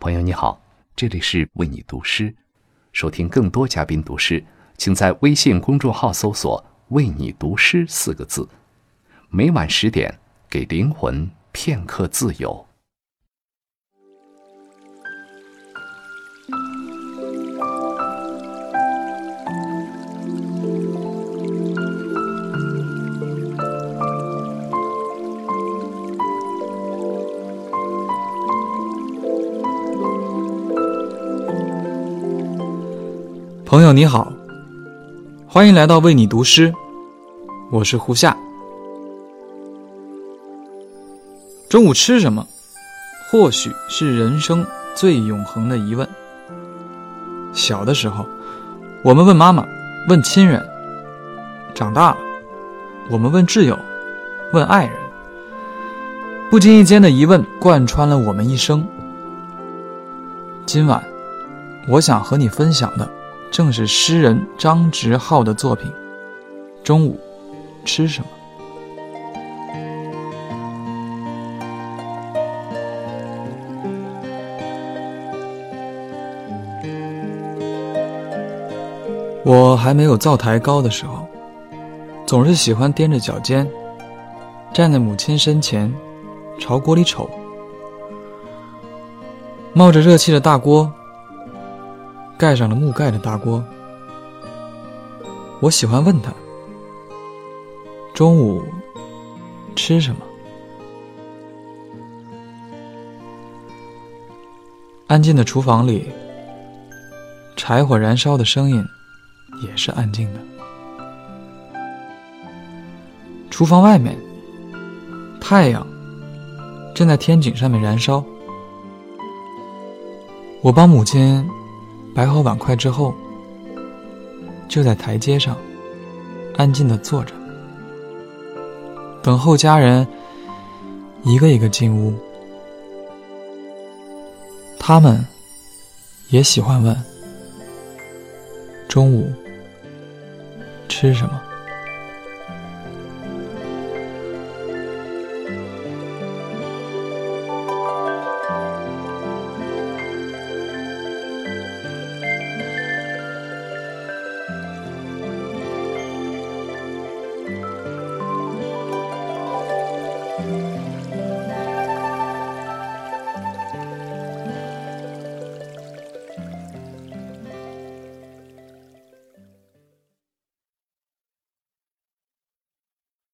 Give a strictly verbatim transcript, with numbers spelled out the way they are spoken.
朋友你好，这里是为你读诗。收听更多嘉宾读诗，请在微信公众号搜索为你读诗四个字。每晚十点，给灵魂片刻自由。 朋友你好，欢迎来到为你读诗，我是胡夏。中午吃什么？或许是人生最永恒的疑问。小的时候，我们问妈妈，问亲人；长大了，我们问挚友，问爱人。不经意间的疑问贯穿了我们一生。今晚，我想和你分享的正是诗人张直浩的作品《中午吃什么》。我还没有灶台高的时候，总是喜欢踮着脚尖，站在母亲身前，朝锅里瞅。冒着热气的大锅，盖上了木盖的大锅，我喜欢问他，中午吃什么？安静的厨房里，柴火燃烧的声音也是安静的。厨房外面，太阳正在天井上面燃烧。我帮母亲摆好碗筷之后，就在台阶上安静地坐着，等候家人一个一个进屋。他们也喜欢问，中午吃什么？